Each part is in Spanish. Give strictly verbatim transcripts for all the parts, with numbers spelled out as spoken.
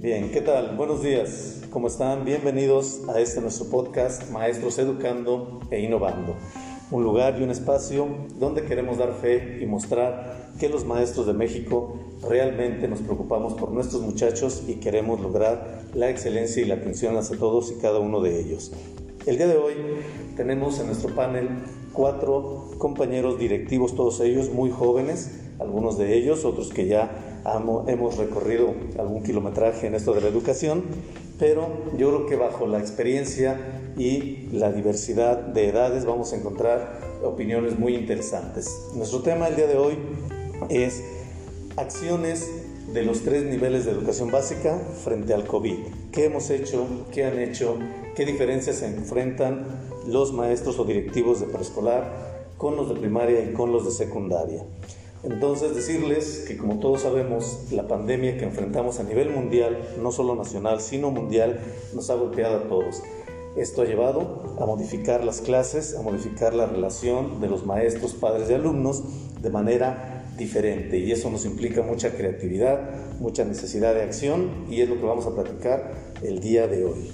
Bien, ¿qué tal? Buenos días, ¿cómo están? Bienvenidos a este nuestro podcast Maestros Educando e Innovando. Un lugar y un espacio donde queremos dar fe y mostrar que los maestros de México realmente nos preocupamos por nuestros muchachos y queremos lograr la excelencia y la atención hacia todos y cada uno de ellos. El día de hoy tenemos en nuestro panel cuatro compañeros directivos, todos ellos muy jóvenes, algunos de ellos, otros que ya hemos recorrido algún kilometraje en esto de la educación, pero yo creo que bajo la experiencia y la diversidad de edades vamos a encontrar opiniones muy interesantes. Nuestro tema el día de hoy es acciones de los tres niveles de educación básica frente al COVID. ¿Qué hemos hecho? ¿Qué han hecho? ¿Qué diferencias se enfrentan los maestros o directivos de preescolar con los de primaria y con los de secundaria? Entonces decirles que, como todos sabemos, la pandemia que enfrentamos a nivel mundial, no solo nacional, sino mundial, nos ha golpeado a todos. Esto ha llevado a modificar las clases, a modificar la relación de los maestros, padres y alumnos de manera diferente, y eso nos implica mucha creatividad, mucha necesidad de acción, y es lo que vamos a platicar el día de hoy.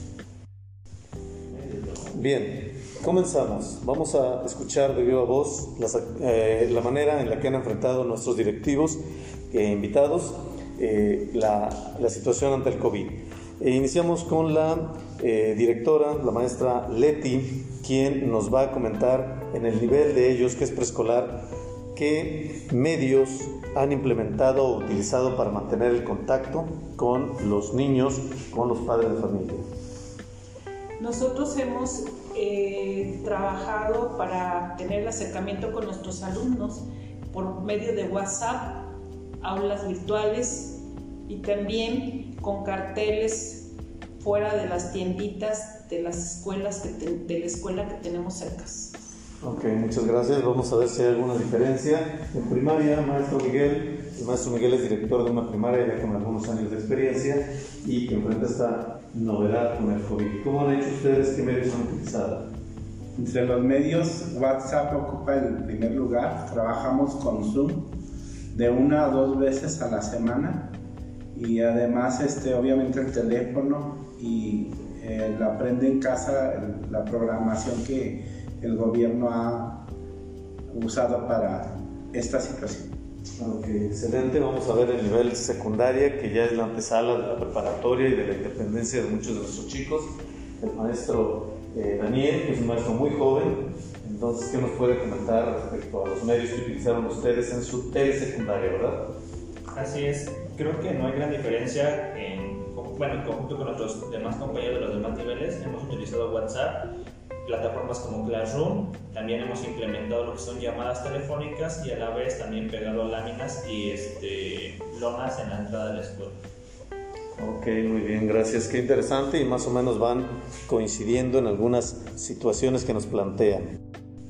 Bien, comenzamos. Vamos a escuchar de viva voz las, eh, la manera en la que han enfrentado nuestros directivos e eh, invitados eh, la, la situación ante el COVID. E iniciamos con la eh, directora, la maestra Leti, quien nos va a comentar en el nivel de ellos, que es preescolar, qué medios han implementado o utilizado para mantener el contacto con los niños, con los padres de familia. Nosotros hemos eh, trabajado para tener el acercamiento con nuestros alumnos por medio de WhatsApp, aulas virtuales y también con carteles fuera de las tienditas de las escuelas que te, de la escuela que tenemos cerca. Ok, muchas gracias. Vamos a ver si hay alguna diferencia. En primaria, maestro Miguel, el maestro Miguel es director de una primaria ya con algunos años de experiencia y que enfrenta esta novedad con el COVID. ¿Cómo han hecho ustedes? ¿Qué medios han utilizado? Entre los medios, WhatsApp ocupa el primer lugar. Trabajamos con Zoom de una a dos veces a la semana y además este, obviamente el teléfono y eh, la aprende en casa, el, la programación que el gobierno ha usado para esta situación. Ok, excelente. Vamos a ver el nivel secundaria, que ya es la antesala de la preparatoria y de la independencia de muchos de nuestros chicos. El maestro eh, Daniel, que es un maestro muy joven. Entonces, ¿qué nos puede comentar respecto a los medios que utilizaron ustedes en su telesecundaria, verdad? Así es. Creo que no hay gran diferencia en, bueno, en conjunto con nuestros demás compañeros de los demás niveles. Hemos utilizado WhatsApp, plataformas como Classroom, también hemos implementado lo que son llamadas telefónicas y a la vez también pegado láminas y este, lonas en la entrada de la escuela. Ok, muy bien, gracias. Qué interesante, y más o menos van coincidiendo en algunas situaciones que nos plantean.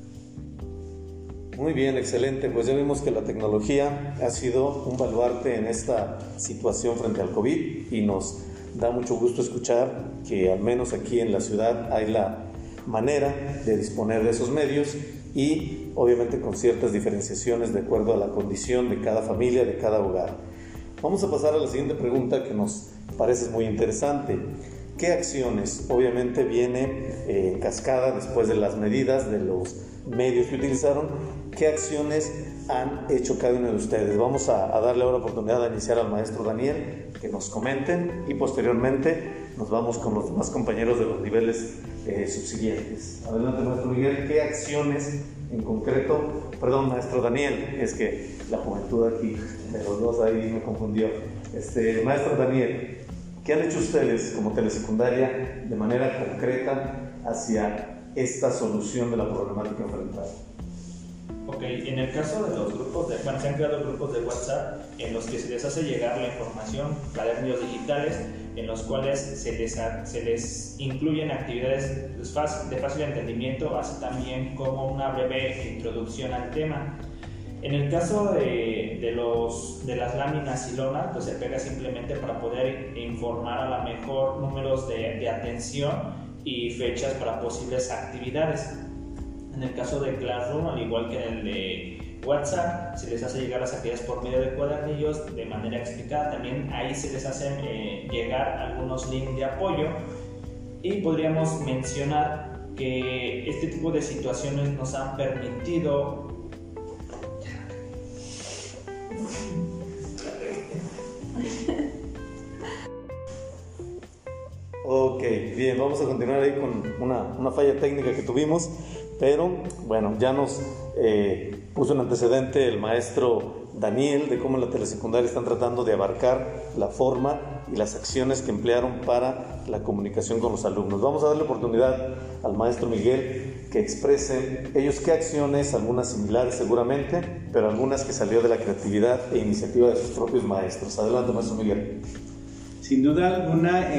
Muy bien, excelente. Pues ya vimos que la tecnología ha sido un baluarte en esta situación frente al COVID y nos da mucho gusto escuchar que al menos aquí en la ciudad hay la manera de disponer de esos medios y obviamente con ciertas diferenciaciones de acuerdo a la condición de cada familia, de cada hogar. Vamos a pasar a la siguiente pregunta que nos parece muy interesante. ¿Qué acciones? Obviamente viene eh, cascada después de las medidas de los medios que utilizaron. ¿Qué acciones han hecho cada uno de ustedes? Vamos a, a darle ahora oportunidad a iniciar al maestro Daniel, que nos comenten, y posteriormente nos vamos con los demás compañeros de los niveles eh, subsiguientes. Adelante, maestro Miguel. ¿Qué acciones en concreto? Perdón, maestro Daniel, es que la juventud aquí de los dos ahí me confundió. Este, maestro Daniel, ¿qué han hecho ustedes como telesecundaria de manera concreta hacia esta solución de la problemática enfrentada? Ok, en el caso de los grupos de, bueno, se han creado grupos de WhatsApp en los que se les hace llegar la información, cuadernos digitales, en los cuales se les, se les incluyen actividades de fácil entendimiento, así también como una breve introducción al tema. En el caso de, de, los, de las láminas y lonas, pues se pega simplemente para poder informar a la mejor números de, de atención y fechas para posibles actividades. En el caso de Classroom, al igual que en el de WhatsApp, se les hace llegar las actividades por medio de cuadernillos de manera explicada. También ahí se les hacen eh, llegar algunos links de apoyo, y podríamos mencionar que este tipo de situaciones nos han permitido Ok, bien, vamos a continuar ahí con una, una falla técnica que tuvimos, pero bueno, ya nos eh, puso un antecedente el maestro Daniel de cómo en la telesecundaria están tratando de abarcar la forma y las acciones que emplearon para la comunicación con los alumnos. Vamos a darle oportunidad al maestro Miguel que exprese ellos qué acciones, algunas similares seguramente, pero algunas que salió de la creatividad e iniciativa de sus propios maestros. Adelante, maestro Miguel. Sin duda alguna,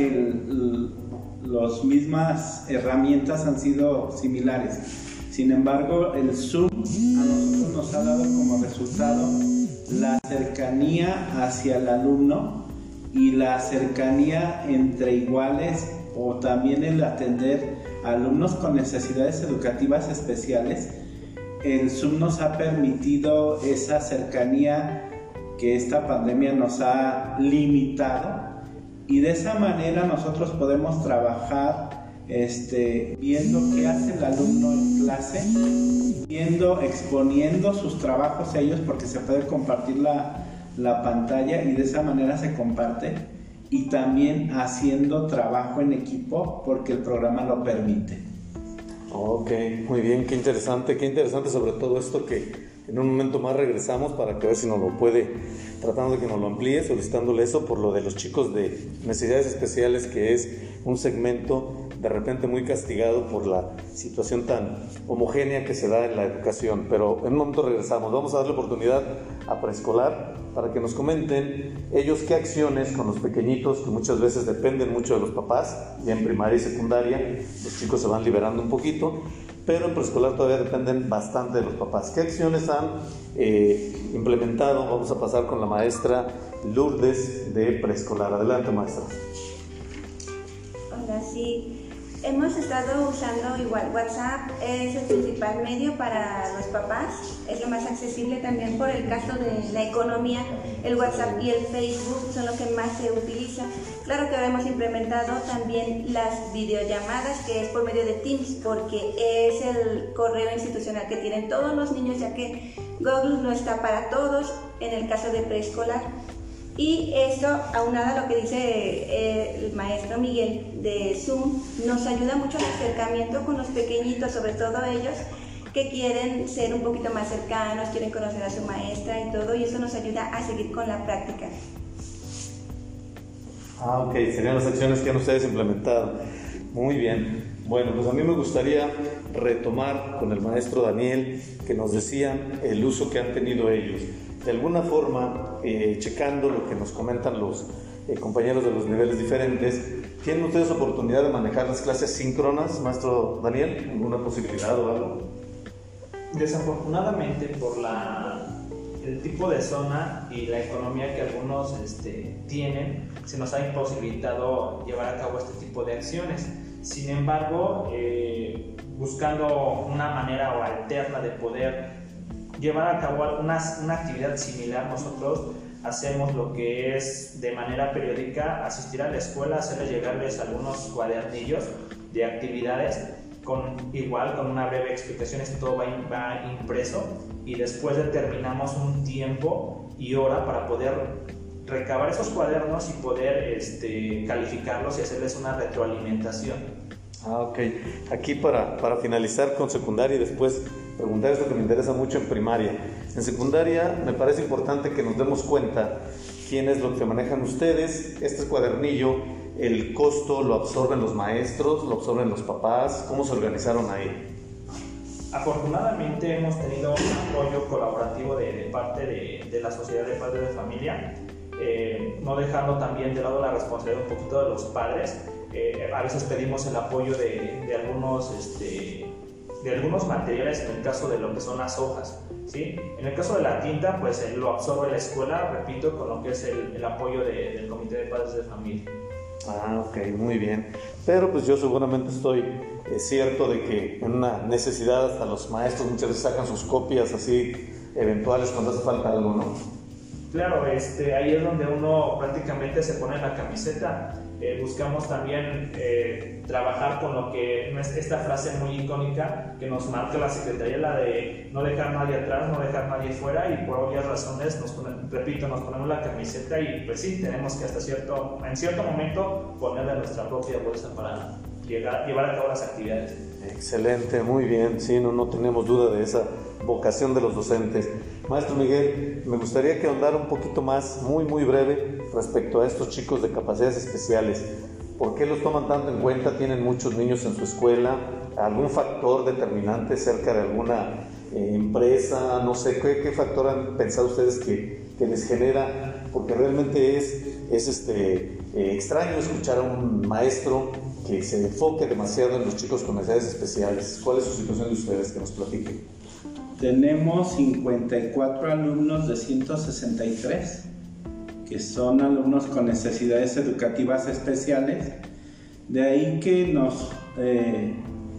las mismas herramientas han sido similares. Sin embargo, el Zoom a nosotros nos ha dado como resultado la cercanía hacia el alumno y la cercanía entre iguales, o también el atender a alumnos con necesidades educativas especiales. El Zoom nos ha permitido esa cercanía que esta pandemia nos ha limitado, y de esa manera nosotros podemos trabajar este, viendo qué hace el alumno en clase, viendo, exponiendo sus trabajos a ellos, porque se puede compartir la, la pantalla y de esa manera se comparte, y también haciendo trabajo en equipo porque el programa lo permite. Ok, muy bien, qué interesante, qué interesante sobre todo esto que en un momento más regresamos para que a ver si nos lo puede, tratando de que nos lo amplíe, solicitándole eso por lo de los chicos de necesidades especiales, que es un segmento de repente muy castigado por la situación tan homogénea que se da en la educación. Pero en un momento regresamos, vamos a darle oportunidad a preescolar para que nos comenten ellos qué acciones con los pequeñitos, que muchas veces dependen mucho de los papás. Ya en primaria y secundaria los chicos se van liberando un poquito, pero en preescolar todavía dependen bastante de los papás. ¿Qué acciones han eh, implementado? Vamos a pasar con la maestra Lourdes de preescolar. Adelante, maestra. Hola, sí. Hemos estado usando igual, WhatsApp es el principal medio para los papás, es lo más accesible también por el caso de la economía. El WhatsApp y el Facebook son los que más se utiliza. Claro que ahora hemos implementado también las videollamadas, que es por medio de Teams, porque es el correo institucional que tienen todos los niños, ya que Google no está para todos en el caso de preescolar. Y eso, aunado a lo que dice el maestro Miguel de Zoom, nos ayuda mucho al acercamiento con los pequeñitos, sobre todo ellos que quieren ser un poquito más cercanos, quieren conocer a su maestra y todo, y eso nos ayuda a seguir con la práctica. Ah, ok, serían las acciones que han ustedes implementado. Muy bien. Bueno, pues a mí me gustaría retomar con el maestro Daniel, que nos decían el uso que han tenido ellos. De alguna forma, eh, checando lo que nos comentan los eh, compañeros de los niveles diferentes, ¿tienen ustedes oportunidad de manejar las clases síncronas, maestro Daniel? ¿Alguna posibilidad o algo? Desafortunadamente, por la, el tipo de zona y la economía que algunos este, tienen, se nos ha imposibilitado llevar a cabo este tipo de acciones. Sin embargo, eh, buscando una manera o alterna de poder llevar a cabo alguna, una actividad similar, nosotros hacemos lo que es de manera periódica asistir a la escuela, hacerles llegarles algunos cuadernillos de actividades, con, igual con una breve explicación, esto todo va, va impreso, y después determinamos un tiempo y hora para poder recabar esos cuadernos y poder este, calificarlos y hacerles una retroalimentación. Ah, ok. Aquí para, para finalizar con secundaria y después preguntar esto que me interesa mucho en primaria. En secundaria me parece importante que nos demos cuenta quién es lo que manejan ustedes. Este cuadernillo, el costo lo absorben los maestros, lo absorben los papás. ¿Cómo se organizaron ahí? Afortunadamente hemos tenido un apoyo colaborativo de, de parte de, de la Sociedad de Padres de Familia, eh, no dejando también de lado la responsabilidad un poquito de los padres. Eh, a veces pedimos el apoyo de, de, algunos, este, de algunos materiales en el caso de lo que son las hojas, ¿sí? En el caso de la tinta, pues eh, lo absorbe la escuela, repito, con lo que es el, el apoyo de, del Comité de Padres de Familia. Ah, ok, muy bien. Pero pues yo seguramente estoy eh, cierto de que en una necesidad hasta los maestros muchas veces sacan sus copias así eventuales cuando hace falta algo, ¿no? Claro, este, ahí es donde uno prácticamente se pone la camiseta. Eh, buscamos también eh, trabajar con lo que es esta frase muy icónica que nos marca la Secretaría, la de no dejar nadie atrás, no dejar nadie fuera, y por obvias razones, nos ponen, repito, nos ponemos la camiseta y pues sí, tenemos que hasta cierto, en cierto momento ponerle nuestra propia bolsa para llegar, llevar a cabo las actividades. Excelente, muy bien, sí, no, no tenemos duda de esa vocación de los docentes. Maestro Miguel, me gustaría que ahondara un poquito más, muy muy breve, respecto a estos chicos de capacidades especiales. ¿Por qué los toman tanto en cuenta? ¿Tienen muchos niños en su escuela? ¿Algún factor determinante cerca de alguna eh, empresa? No sé, ¿qué, qué factor han pensado ustedes que, que les genera? Porque realmente es, es este, eh, extraño escuchar a un maestro que se enfoque demasiado en los chicos con necesidades especiales. ¿Cuál es su situación de ustedes? Que nos platiquen. Tenemos cincuenta y cuatro alumnos de ciento sesenta y tres, que son alumnos con necesidades educativas especiales. De ahí que nos eh,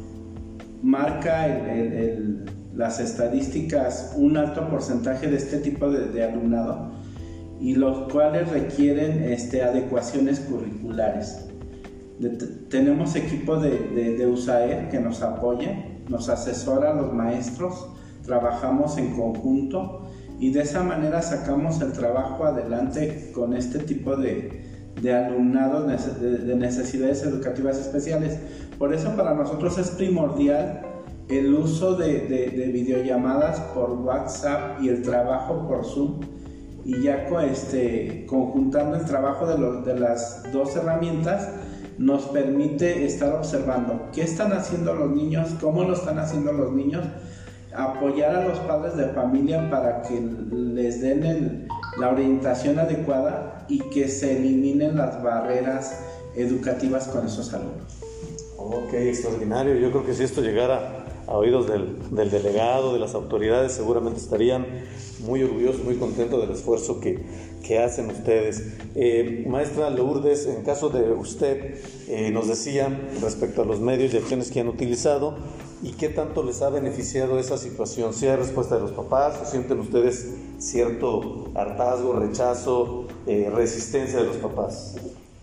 marca el, el, el, las estadísticas un alto porcentaje de este tipo de, de alumnado, y los cuales requieren este, adecuaciones curriculares. De, tenemos equipo de, de, de U S A E R que nos apoya, nos asesora a los maestros, trabajamos en conjunto y de esa manera sacamos el trabajo adelante con este tipo de, de alumnado de, de necesidades educativas especiales. Por eso para nosotros es primordial el uso de, de, de videollamadas por WhatsApp y el trabajo por Zoom, y ya este, conjuntando el trabajo de, los, de las dos herramientas nos permite estar observando qué están haciendo los niños, cómo lo están haciendo los niños, apoyar a los padres de familia para que les den el, la orientación adecuada y que se eliminen las barreras educativas con esos alumnos. Ok, extraordinario. Yo creo que si esto llegara a oídos del, del delegado, de las autoridades, seguramente estarían muy orgullosos, muy contentos del esfuerzo que, que hacen ustedes. Eh, maestra Lourdes, en caso de usted, eh, nos decía respecto a los medios y acciones que han utilizado, ¿y qué tanto les ha beneficiado esa situación? ¿Si hay respuesta de los papás o sienten ustedes cierto hartazgo, rechazo, eh, resistencia de los papás?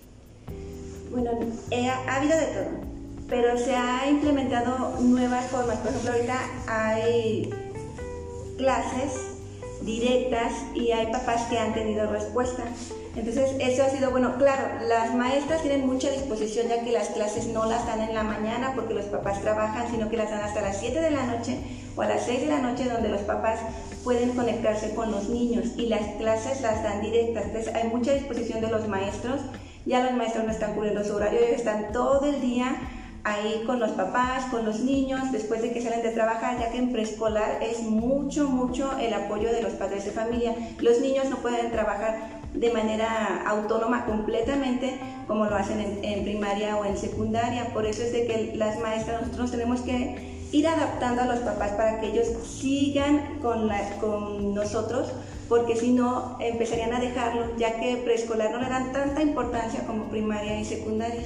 Bueno, eh, ha habido de todo, pero se ha implementado nuevas formas. Por ejemplo, ahorita hay clases directas y hay papás que han tenido respuesta. Entonces eso ha sido bueno. Claro, las maestras tienen mucha disposición, ya que las clases no las dan en la mañana porque los papás trabajan, sino que las dan hasta las siete de la noche o a las seis de la noche, donde los papás pueden conectarse con los niños, y las clases las dan directas. Entonces hay mucha disposición de los maestros. Ya los maestros no están cubriendo su horario, ellos están todo el día ahí con los papás, con los niños, después de que salen de trabajar, ya que en preescolar es mucho, mucho el apoyo de los padres de familia. Los niños no pueden trabajar de manera autónoma completamente como lo hacen en, en primaria o en secundaria. Por eso es de que las maestras, nosotros tenemos que ir adaptando a los papás para que ellos sigan con, la, con nosotros, porque si no empezarían a dejarlo, ya que preescolar no le dan tanta importancia como primaria y secundaria.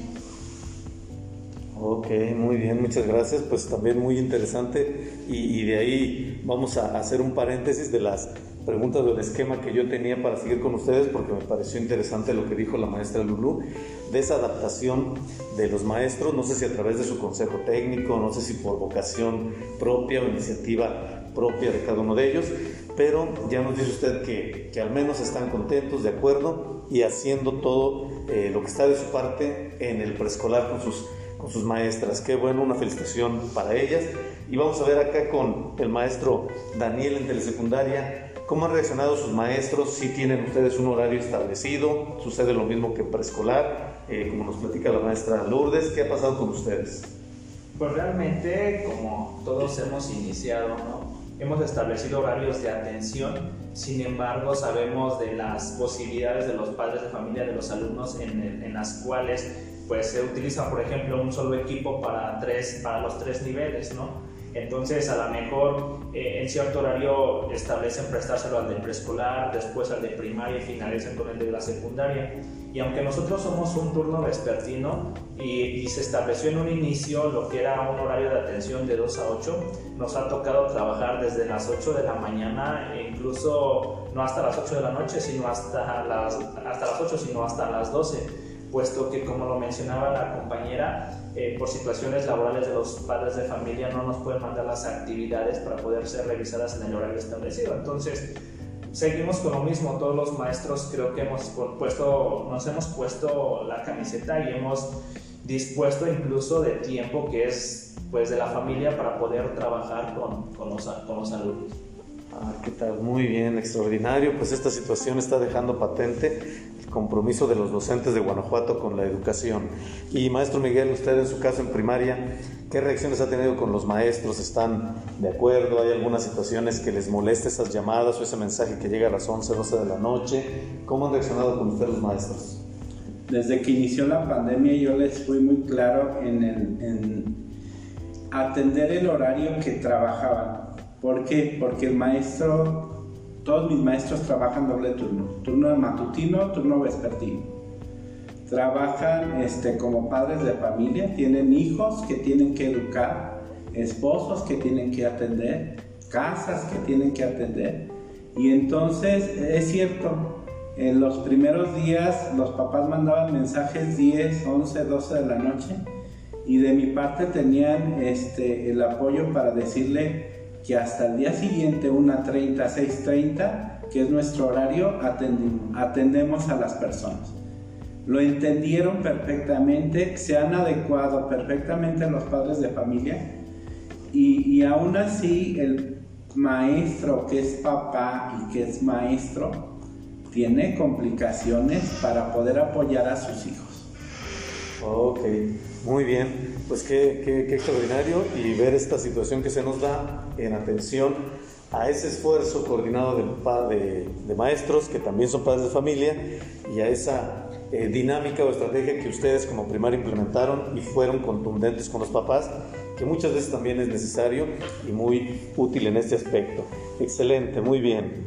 Ok, muy bien, muchas gracias. Pues también muy interesante, y, y de ahí vamos a hacer un paréntesis de las preguntas del esquema que yo tenía para seguir con ustedes, porque me pareció interesante lo que dijo la maestra Lulú, de esa adaptación de los maestros, no sé si a través de su consejo técnico, no sé si por vocación propia o iniciativa propia de cada uno de ellos, pero ya nos dice usted que, que al menos están contentos, de acuerdo, y haciendo todo eh, lo que está de su parte en el preescolar con sus con sus maestras. Qué bueno, una felicitación para ellas. Y vamos a ver acá con el maestro Daniel en telesecundaria, ¿cómo han reaccionado sus maestros? ¿Si tienen ustedes un horario establecido? ¿Sucede lo mismo que en preescolar? Eh, como nos platica la maestra Lourdes, ¿qué ha pasado con ustedes? Pues realmente, como todos hemos iniciado, ¿no? Hemos establecido horarios de atención. Sin embargo, sabemos de las posibilidades de los padres de familia, de los alumnos, en, el, en las cuales pues se utiliza, por ejemplo, un solo equipo para, tres, para los tres niveles, ¿no? Entonces, a lo mejor eh, en cierto horario establecen prestárselo al de preescolar, después al de primaria y finalizan con el de la secundaria. Y aunque nosotros somos un turno vespertino y, y se estableció en un inicio lo que era un horario de atención de dos a ocho, nos ha tocado trabajar desde las ocho de la mañana e incluso no hasta las ocho de la noche, sino hasta las, hasta las ocho, sino hasta las doce, puesto que, como lo mencionaba la compañera, eh, por situaciones laborales de los padres de familia no nos pueden mandar las actividades para poder ser revisadas en el horario establecido. Entonces, seguimos con lo mismo. Todos los maestros creo que hemos puesto, nos hemos puesto la camiseta y hemos dispuesto incluso de tiempo que es pues de la familia para poder trabajar con, con, los, con los alumnos. Ah, ¿qué tal? Muy bien, extraordinario. Pues esta situación está dejando patente el compromiso de los docentes de Guanajuato con la educación. Y maestro Miguel, usted en su caso en primaria, ¿qué reacciones ha tenido con los maestros? ¿Están de acuerdo? ¿Hay algunas situaciones que les moleste esas llamadas o ese mensaje que llega a las once, doce de la noche? ¿Cómo han reaccionado con ustedes los maestros? Desde que inició la pandemia yo les fui muy claro en, el, en atender el horario que trabajaban. ¿Por qué? Porque el maestro, todos mis maestros trabajan doble turno, turno matutino, turno vespertino. Trabajan este, como padres de familia, tienen hijos que tienen que educar, esposos que tienen que atender, casas que tienen que atender. Y entonces es cierto, en los primeros días los papás mandaban mensajes diez, once, doce de la noche y de mi parte tenían este, el apoyo para decirle que hasta el día siguiente, una treinta, seis treinta, que es nuestro horario, atendimos, atendemos a las personas. Lo entendieron perfectamente, se han adecuado perfectamente a los padres de familia y, y aún así el maestro que es papá y que es maestro tiene complicaciones para poder apoyar a sus hijos. Ok, muy bien, pues qué, qué, qué extraordinario y ver esta situación que se nos da en atención a ese esfuerzo coordinado de, de, de maestros que también son padres de familia y a esa eh, dinámica o estrategia que ustedes como primaria implementaron y fueron contundentes con los papás, que muchas veces también es necesario y muy útil en este aspecto. Excelente, muy bien.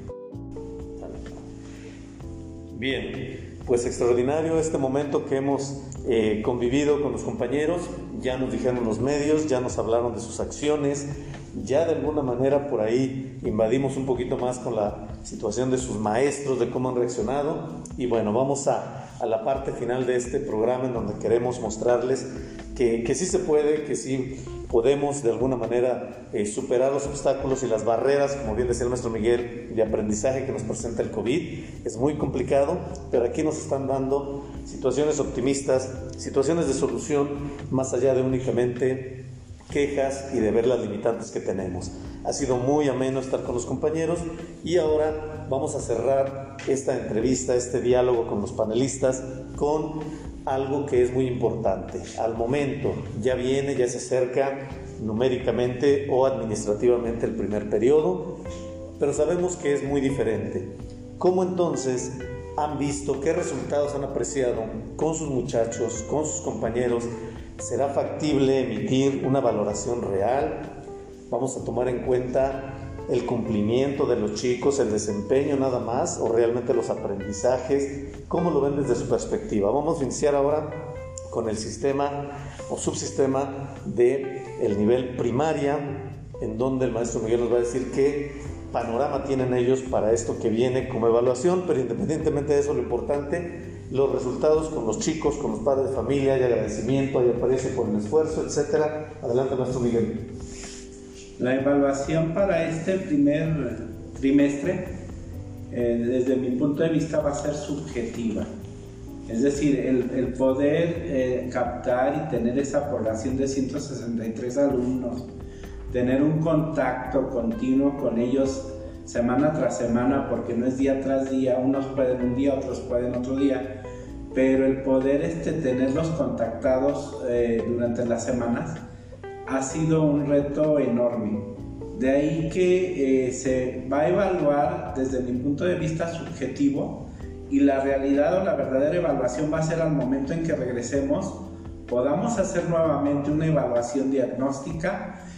Bien, pues extraordinario este momento que hemos eh, convivido con los compañeros. Ya nos dijeron los medios, ya nos hablaron de sus acciones, ya de alguna manera por ahí invadimos un poquito más con la situación de sus maestros, de cómo han reaccionado. Y bueno, vamos a, a la parte final de este programa en donde queremos mostrarles que, que sí se puede, que sí podemos de alguna manera eh, superar los obstáculos y las barreras, como bien decía el maestro Miguel, de aprendizaje que nos presenta el COVID. Es muy complicado, pero aquí nos están dando situaciones optimistas, situaciones de solución, más allá de únicamente quejas y de ver las limitantes que tenemos. Ha sido muy ameno estar con los compañeros y ahora vamos a cerrar esta entrevista, este diálogo con los panelistas con algo que es muy importante. Al momento ya viene, ya se acerca numéricamente o administrativamente el primer periodo, pero sabemos que es muy diferente. ¿Cómo entonces han visto, qué resultados han apreciado con sus muchachos, con sus compañeros? ¿Será factible emitir una valoración real? ¿Vamos a tomar en cuenta el cumplimiento de los chicos, el desempeño nada más, o realmente los aprendizajes? ¿Cómo lo ven desde su perspectiva? Vamos a iniciar ahora con el sistema o subsistema del nivel primaria, en donde el maestro Miguel nos va a decir qué panorama tienen ellos para esto que viene como evaluación, pero independientemente de eso, lo importante, los resultados con los chicos, con los padres de familia, hay agradecimiento, hay aprecio por el esfuerzo, etcétera. Adelante, maestro Miguel. La evaluación para este primer trimestre, eh, desde mi punto de vista, va a ser subjetiva. Es decir, el, el poder eh, captar y tener esa población de ciento sesenta y tres alumnos, tener un contacto continuo con ellos semana tras semana, porque no es día tras día, unos pueden un día, otros pueden otro día, pero el poder este, tenerlos contactados eh, durante las semanas ha sido un reto enorme. De ahí que eh, se va a evaluar desde mi punto de vista subjetivo, y la realidad o la verdadera evaluación va a ser al momento en que regresemos, podamos hacer nuevamente una evaluación diagnóstica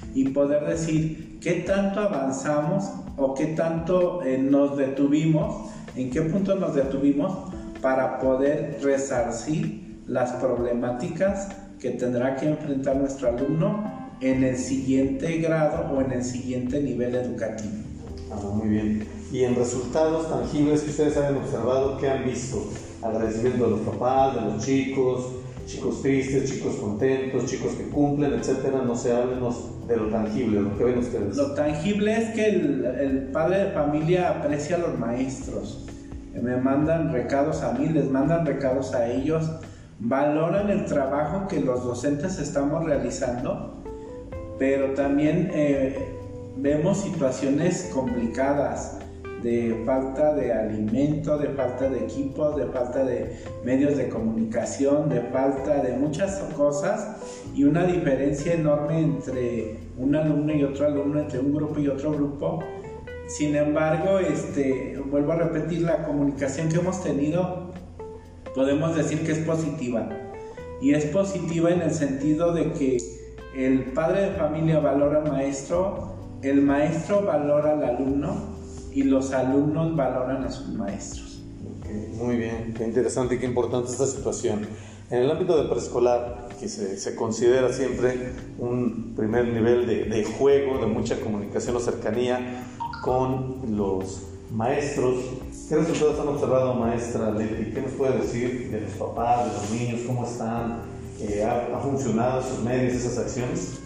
y poder decir qué tanto avanzamos o qué tanto eh, nos detuvimos, en qué punto nos detuvimos para poder resarcir las problemáticas que tendrá que enfrentar nuestro alumno en el siguiente grado o en el siguiente nivel educativo. Ah, muy bien. Y en resultados tangibles que ustedes hayan observado, ¿qué han visto? Agradecimiento de los papás, de los chicos, chicos tristes, chicos contentos, chicos que cumplen, etcétera. No sé, háblenos de lo tangible, lo que ven ustedes. Lo tangible es que el, el padre de familia aprecia a los maestros. Me mandan recados a mí, les mandan recados a ellos, valoran el trabajo que los docentes estamos realizando, pero también eh, vemos situaciones complicadas de falta de alimento, de falta de equipos, de falta de medios de comunicación, de falta de muchas cosas y una diferencia enorme entre un alumno y otro alumno, entre un grupo y otro grupo. Sin embargo, este, vuelvo a repetir, la comunicación que hemos tenido podemos decir que es positiva, y es positiva en el sentido de que el padre de familia valora al maestro, el maestro valora al alumno y los alumnos valoran a sus maestros. Okay, muy bien, qué interesante y qué importante esta situación. En el ámbito de preescolar, que se, se considera siempre un primer nivel de, de juego, de mucha comunicación o cercanía con los maestros, ¿qué resultados han observado, maestra Leti? ¿Qué nos puede decir de los papás, de los niños? ¿Cómo están? Eh, ¿ha, ¿Ha funcionado esos medios, esas acciones?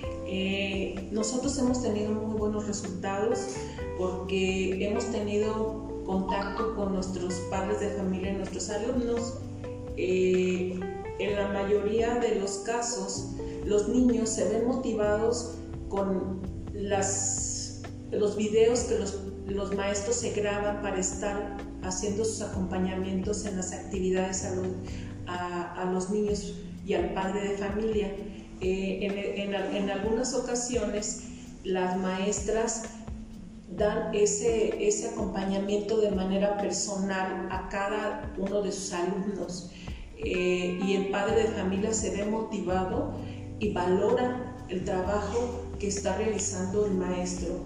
Eh, nosotros hemos tenido muy buenos resultados porque hemos tenido contacto con nuestros padres de familia y nuestros alumnos. Eh, en la mayoría de los casos, los niños se ven motivados con las, los videos que los, los maestros se graban para estar haciendo sus acompañamientos en las actividades a los, a, a los niños y al padre de familia. Eh, en, en, en algunas ocasiones las maestras dan ese, ese acompañamiento de manera personal a cada uno de sus alumnos, eh, y el padre de familia se ve motivado y valora el trabajo que está realizando el maestro.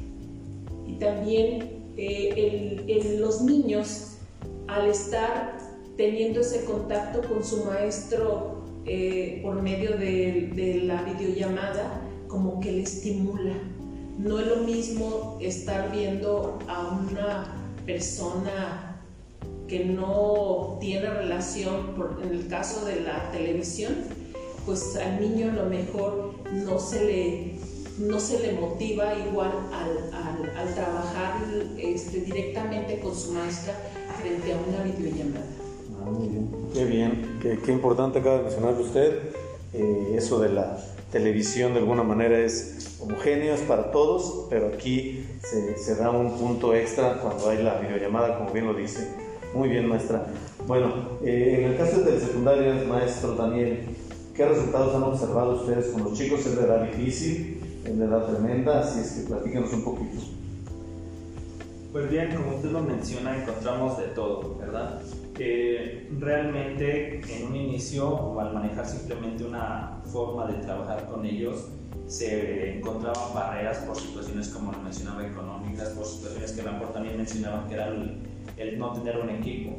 Y también eh, el, el, los niños, al estar teniendo ese contacto con su maestro Eh, por medio de, de la videollamada, como que le estimula. No es lo mismo estar viendo a una persona que no tiene relación, por, en el caso de la televisión, pues al niño a lo mejor no se le, no se le motiva igual al, al, al trabajar este, directamente con su maestra frente a una videollamada. Ah, muy bien, qué bien, qué, qué importante acaba de mencionar usted. Eh, eso de la televisión de alguna manera es homogéneo, es para todos, pero aquí se, se da un punto extra cuando hay la videollamada, como bien lo dice. Muy bien, maestra. Bueno, eh, en el caso de telesecundarias, maestro Daniel, ¿qué resultados han observado ustedes con los chicos? ¿Es de edad difícil? ¿Es de edad tremenda? Así es que platíquenos un poquito. Pues bien, como usted lo menciona, encontramos de todo, ¿verdad? Eh, realmente en un inicio, o al manejar simplemente una forma de trabajar con ellos, se encontraban barreras por situaciones, como lo mencionaba, económicas, por situaciones que a lo mejor también mencionaban que era el, el no tener un equipo.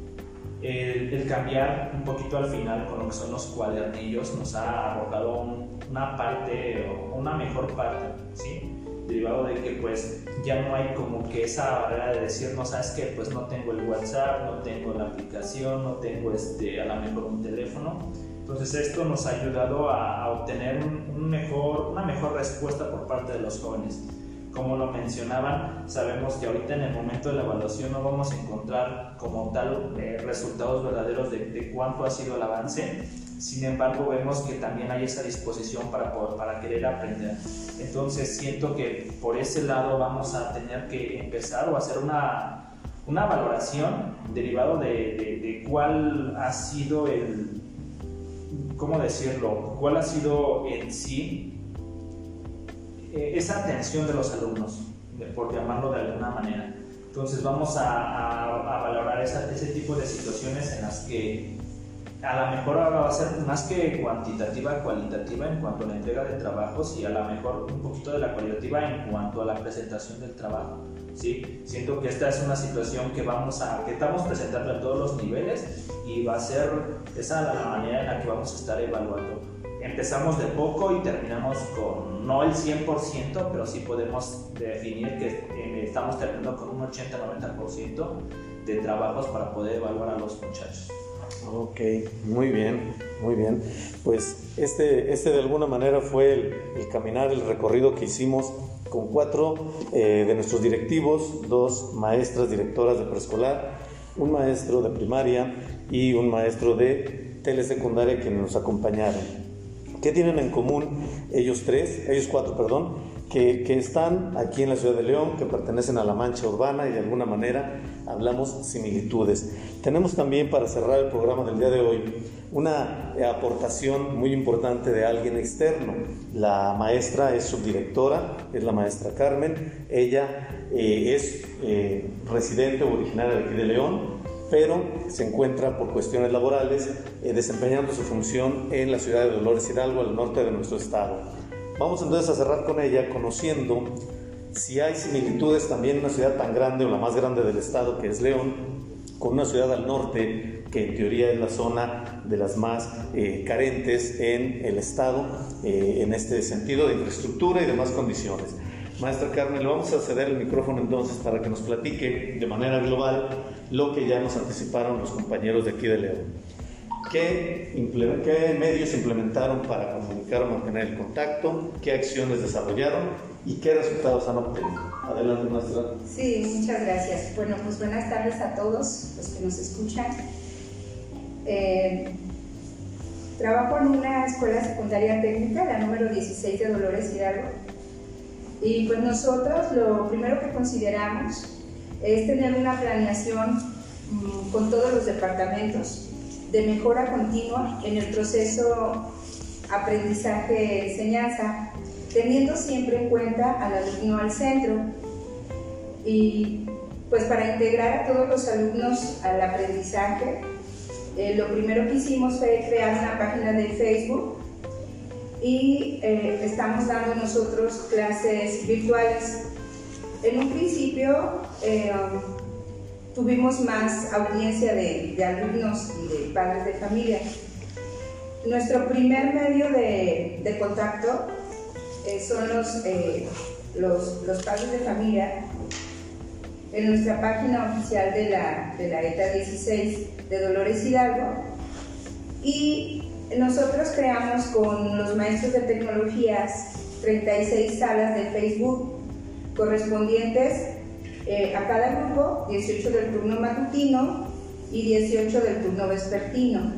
El, el cambiar un poquito al final con lo que son los cuadernillos nos ha arrojado un, una parte, o una mejor parte, ¿sí? Derivado de que pues ya no hay como que esa barrera de decir, no sabes qué, pues no tengo el WhatsApp, no tengo la aplicación, no tengo este, a lo mejor un teléfono. Entonces esto nos ha ayudado a, a obtener un, un mejor, una mejor respuesta por parte de los jóvenes. Como lo mencionaban, sabemos que ahorita en el momento de la evaluación no vamos a encontrar como tal eh, resultados verdaderos de, de cuánto ha sido el avance. Sin embargo, vemos que también hay esa disposición para, poder, para querer aprender. Entonces siento que por ese lado vamos a tener que empezar o hacer una, una valoración derivado de, de, de cuál ha sido el, ¿cómo decirlo? ¿Cuál ha sido en sí eh, esa atención de los alumnos, por llamarlo de alguna manera? Entonces vamos a, a, a valorar esa, ese tipo de situaciones en las que a lo mejor ahora va a ser más que cuantitativa, cualitativa en cuanto a la entrega de trabajos y a lo mejor un poquito de la cualitativa en cuanto a la presentación del trabajo. ¿Sí? Siento que esta es una situación que, vamos a, que estamos presentando en todos los niveles y va a ser esa la manera en la que vamos a estar evaluando. Empezamos de poco y terminamos con no el cien por ciento, pero sí podemos definir que eh, estamos terminando con un ochenta a noventa por ciento de trabajos para poder evaluar a los muchachos. Ok, muy bien, muy bien. Pues este, este de alguna manera fue el, el caminar, el recorrido que hicimos con cuatro eh, de nuestros directivos, dos maestras directoras de preescolar, un maestro de primaria y un maestro de telesecundaria que nos acompañaron. ¿Qué tienen en común ellos tres, ellos cuatro, perdón, que, que están aquí en la ciudad de León, que pertenecen a la mancha urbana y de alguna manera hablamos similitudes? Tenemos también, para cerrar el programa del día de hoy, una aportación muy importante de alguien externo. La maestra es subdirectora, es la maestra Carmen. Ella eh, es eh, residente o originaria de aquí de León, pero se encuentra por cuestiones laborales eh, desempeñando su función en la ciudad de Dolores Hidalgo, al norte de nuestro estado. Vamos entonces a cerrar con ella conociendo si hay similitudes también en una ciudad tan grande o la más grande del estado, que es León, con una ciudad al norte que en teoría es la zona de las más eh, carentes en el estado, eh, en este sentido de infraestructura y demás condiciones. Maestra Carmen, le vamos a ceder el micrófono entonces para que nos platique de manera global lo que ya nos anticiparon los compañeros de aquí de León. ¿Qué, ¿Qué medios implementaron para comunicar o mantener el contacto? ¿Qué acciones desarrollaron? ¿Y qué resultados han obtenido? Adelante, maestra. Sí, muchas gracias. Bueno, pues buenas tardes a todos los que nos escuchan. Eh, trabajo en una escuela secundaria técnica, la número dieciséis de Dolores Hidalgo. Y pues nosotros lo primero que consideramos es tener una planeación mmm, con todos los departamentos de mejora continua en el proceso aprendizaje-enseñanza, teniendo siempre en cuenta al alumno al centro. Y pues para integrar a todos los alumnos al aprendizaje, eh, lo primero que hicimos fue crear una página de Facebook y eh, estamos dando nosotros clases virtuales. En un principio eh, tuvimos más audiencia de, de alumnos y de padres de familia. Nuestro primer medio de, de contacto eh, son los, eh, los, los padres de familia. En nuestra página oficial de la, de la ETA dieciséis de Dolores Hidalgo, y nosotros creamos con los maestros de tecnologías treinta y seis salas de Facebook correspondientes eh, a cada grupo, dieciocho del turno matutino y dieciocho del turno vespertino.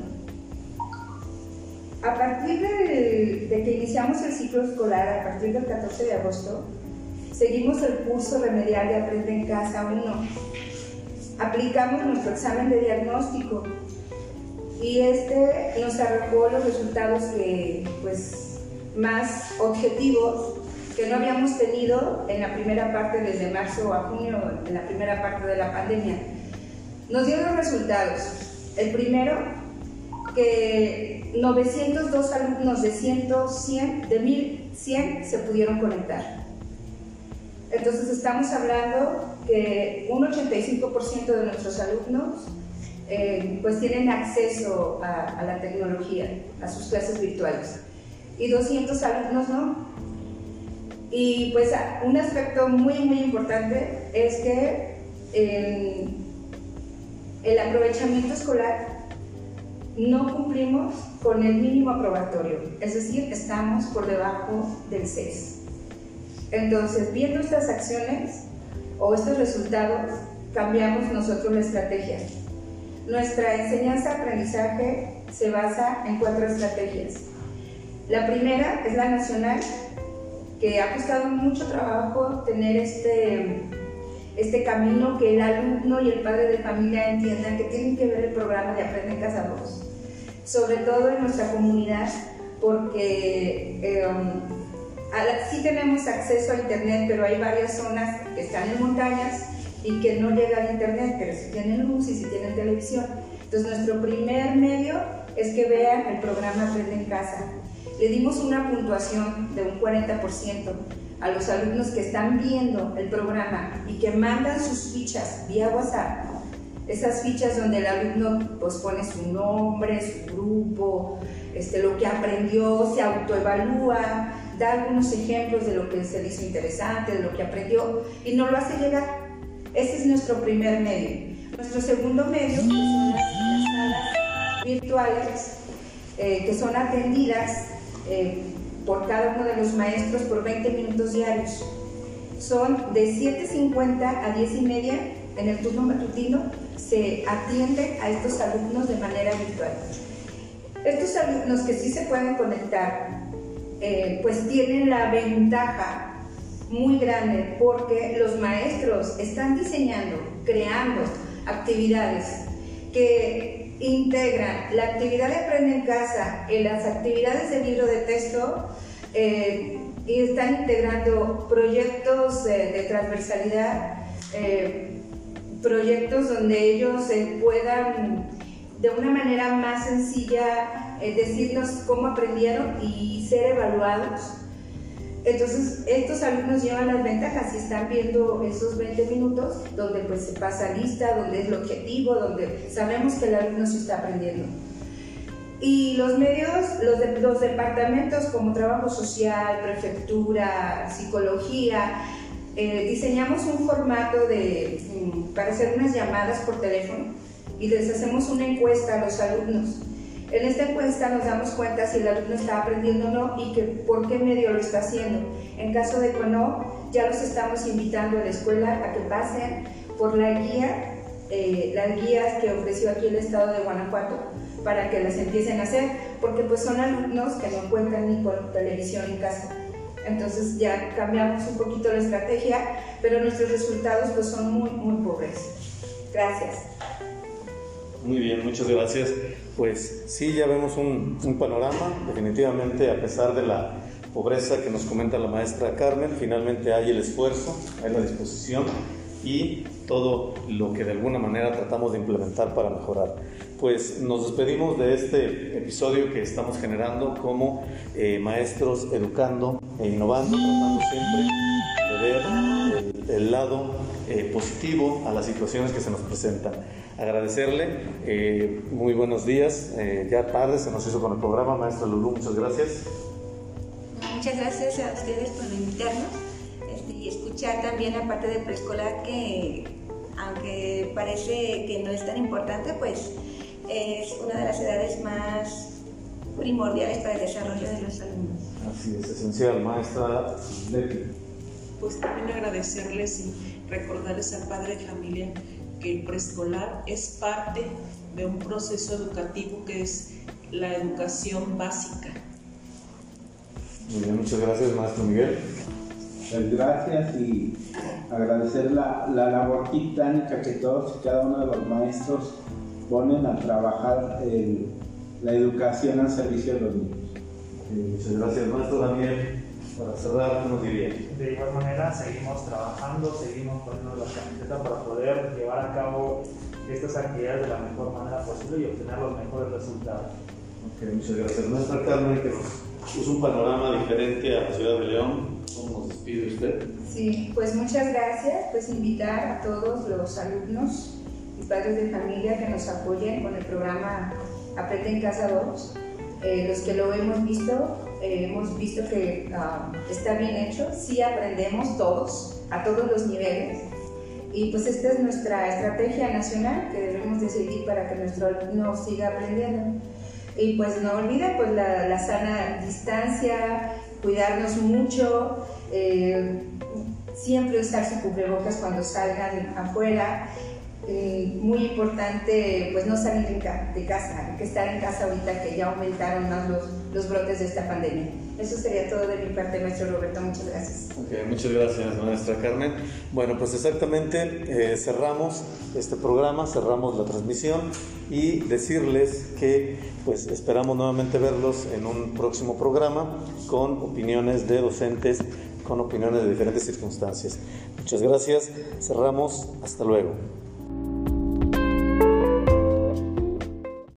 A partir de, de que iniciamos el ciclo escolar, a partir del catorce de agosto, seguimos el curso remedial de Aprende en Casa uno. Aplicamos nuestro examen de diagnóstico y este nos arrojó los resultados que, pues, más objetivos que no habíamos tenido en la primera parte, desde marzo a junio, en la primera parte de la pandemia. Nos dio los resultados. El primero, que novecientos dos alumnos de, cien, de mil cien se pudieron conectar. Entonces estamos hablando que un ochenta y cinco por ciento de nuestros alumnos eh, pues tienen acceso a, a la tecnología, a sus clases virtuales, y doscientos alumnos no. Y pues un aspecto muy muy importante es que eh, el aprovechamiento escolar no cumplimos con el mínimo aprobatorio, es decir, estamos por debajo del seis. Entonces, viendo estas acciones o estos resultados, cambiamos nosotros la estrategia. Nuestra enseñanza-aprendizaje se basa en cuatro estrategias. La primera es la nacional, que ha costado mucho trabajo tener este, este camino, que el alumno y el padre de familia entiendan que tienen que ver el programa de Aprende en Casa dos, sobre todo en nuestra comunidad, porque eh, sí tenemos acceso a internet, pero hay varias zonas que están en montañas y que no llega al internet, pero sí tienen luz y sí tienen televisión. Entonces nuestro primer medio es que vean el programa Aprende en Casa. Le dimos una puntuación de un cuarenta por ciento a los alumnos que están viendo el programa y que mandan sus fichas vía WhatsApp. Esas fichas donde el alumno pues pone su nombre, su grupo, este, lo que aprendió, se autoevalúa, da algunos ejemplos de lo que se le hizo interesante, de lo que aprendió y nos lo hace llegar. Ese es nuestro primer medio. Nuestro segundo medio pues, son las, las salas virtuales eh, que son atendidas eh, por cada uno de los maestros por veinte minutos diarios. Son de siete cincuenta a diez y media en el turno matutino, se atiende a estos alumnos de manera virtual. Estos alumnos que sí se pueden conectar, eh, pues tienen la ventaja muy grande porque los maestros están diseñando, creando actividades que integran la actividad de Aprende en Casa en las actividades del libro de texto eh, y están integrando proyectos eh, de transversalidad, eh, proyectos donde ellos eh, puedan de una manera más sencilla eh, decirnos cómo aprendieron y ser evaluados. Entonces estos alumnos llevan las ventajas y están viendo esos veinte minutos donde pues se pasa lista, donde es el objetivo, donde sabemos que el alumno se está aprendiendo. Y los medios, los, de, los departamentos como trabajo social, prefectura, psicología, eh, diseñamos un formato de, para hacer unas llamadas por teléfono y les hacemos una encuesta a los alumnos. En esta encuesta nos damos cuenta si el alumno está aprendiendo o no y que, por qué medio lo está haciendo. En caso de que no, ya los estamos invitando a la escuela a que pasen por la guía, eh, las guías que ofreció aquí el estado de Guanajuato para que las empiecen a hacer, porque pues son alumnos que no cuentan ni con televisión en casa. Entonces ya cambiamos un poquito la estrategia, pero nuestros resultados pues son muy, muy pobres. Gracias. Muy bien, muchas gracias. Pues sí, ya vemos un, un panorama, definitivamente a pesar de la pobreza que nos comenta la maestra Carmen, finalmente hay el esfuerzo, hay la disposición y todo lo que de alguna manera tratamos de implementar para mejorar. Pues nos despedimos de este episodio que estamos generando como eh, maestros educando e innovando, tratando siempre de ver el, el lado eh, positivo a las situaciones que se nos presentan. Agradecerle, eh, muy buenos días, eh, ya tarde se nos hizo con el programa, maestra Lulú, muchas gracias. Muchas gracias a ustedes por invitarnos este, y escuchar también la parte de preescolar que, aunque parece que no es tan importante, pues es una de las edades más primordiales para el desarrollo de los alumnos. Así es, esencial, maestra Leti. Pues también agradecerles y recordarles al padre de familia que el preescolar es parte de un proceso educativo que es la educación básica. Muy bien, muchas gracias, maestro Miguel. Pues gracias y agradecer la, la labor titánica que todos y cada uno de los maestros ponen a trabajar el, la educación al servicio de los niños. Sí, muchas gracias, maestro Daniel. Para cerrar, ¿qué nos diría? De igual manera, seguimos trabajando, seguimos poniendo la camiseta para poder llevar a cabo estas actividades de la mejor manera posible y obtener los mejores resultados. Okay, muchas gracias, maestra Carmen, que nos puso un panorama diferente a la ciudad de León. ¿Cómo nos despide usted? Sí, pues muchas gracias, pues invitar a todos los alumnos y padres de familia que nos apoyen con el programa Aprende en Casa dos. Eh, los que lo hemos visto, eh, hemos visto que uh, está bien hecho, sí aprendemos todos, a todos los niveles, y pues esta es nuestra estrategia nacional que debemos de seguir para que nuestro alumno siga aprendiendo. Y pues no olviden pues la, la sana distancia, cuidarnos mucho, eh, siempre usar su cubrebocas cuando salgan afuera. Eh, muy importante pues no salir de, ca de casa, hay que estar en casa ahorita que ya aumentaron más los, los brotes de esta pandemia. Eso sería todo de mi parte, maestro Roberto, muchas gracias. Okay, muchas gracias, maestra Carmen. Bueno, pues exactamente eh, cerramos este programa, cerramos la transmisión y decirles que pues esperamos nuevamente verlos en un próximo programa con opiniones de docentes, con opiniones de diferentes circunstancias. Muchas gracias, cerramos, hasta luego.